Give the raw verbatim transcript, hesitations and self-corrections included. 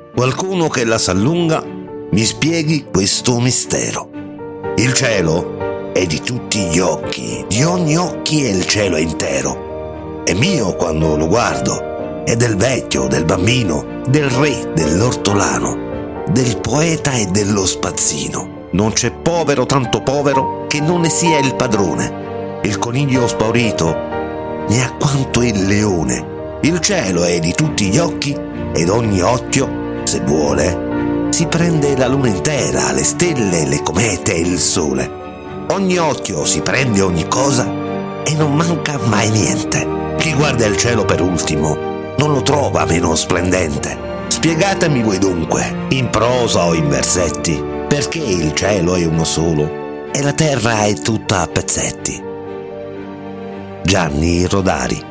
Qualcuno che la s'allunga mi spieghi questo mistero. Il cielo è di tutti gli occhi, di ogni occhi e il cielo è intero. È mio quando lo guardo, è del vecchio, del bambino, del re, dell'ortolano, del poeta e dello spazzino. Non c'è povero tanto povero che non ne sia il padrone. Il coniglio spaurito ne ha quanto il leone. Il cielo è di tutti gli occhi ed ogni occhio, se vuole, si prende la luna intera, le stelle, le comete e il sole. Ogni occhio si prende ogni cosa e non manca mai niente. Chi guarda il cielo per ultimo non lo trova meno splendente. Spiegatemi voi dunque, in prosa o in versetti, perché il cielo è uno solo e la terra è tutta a pezzetti. Gianni Rodari.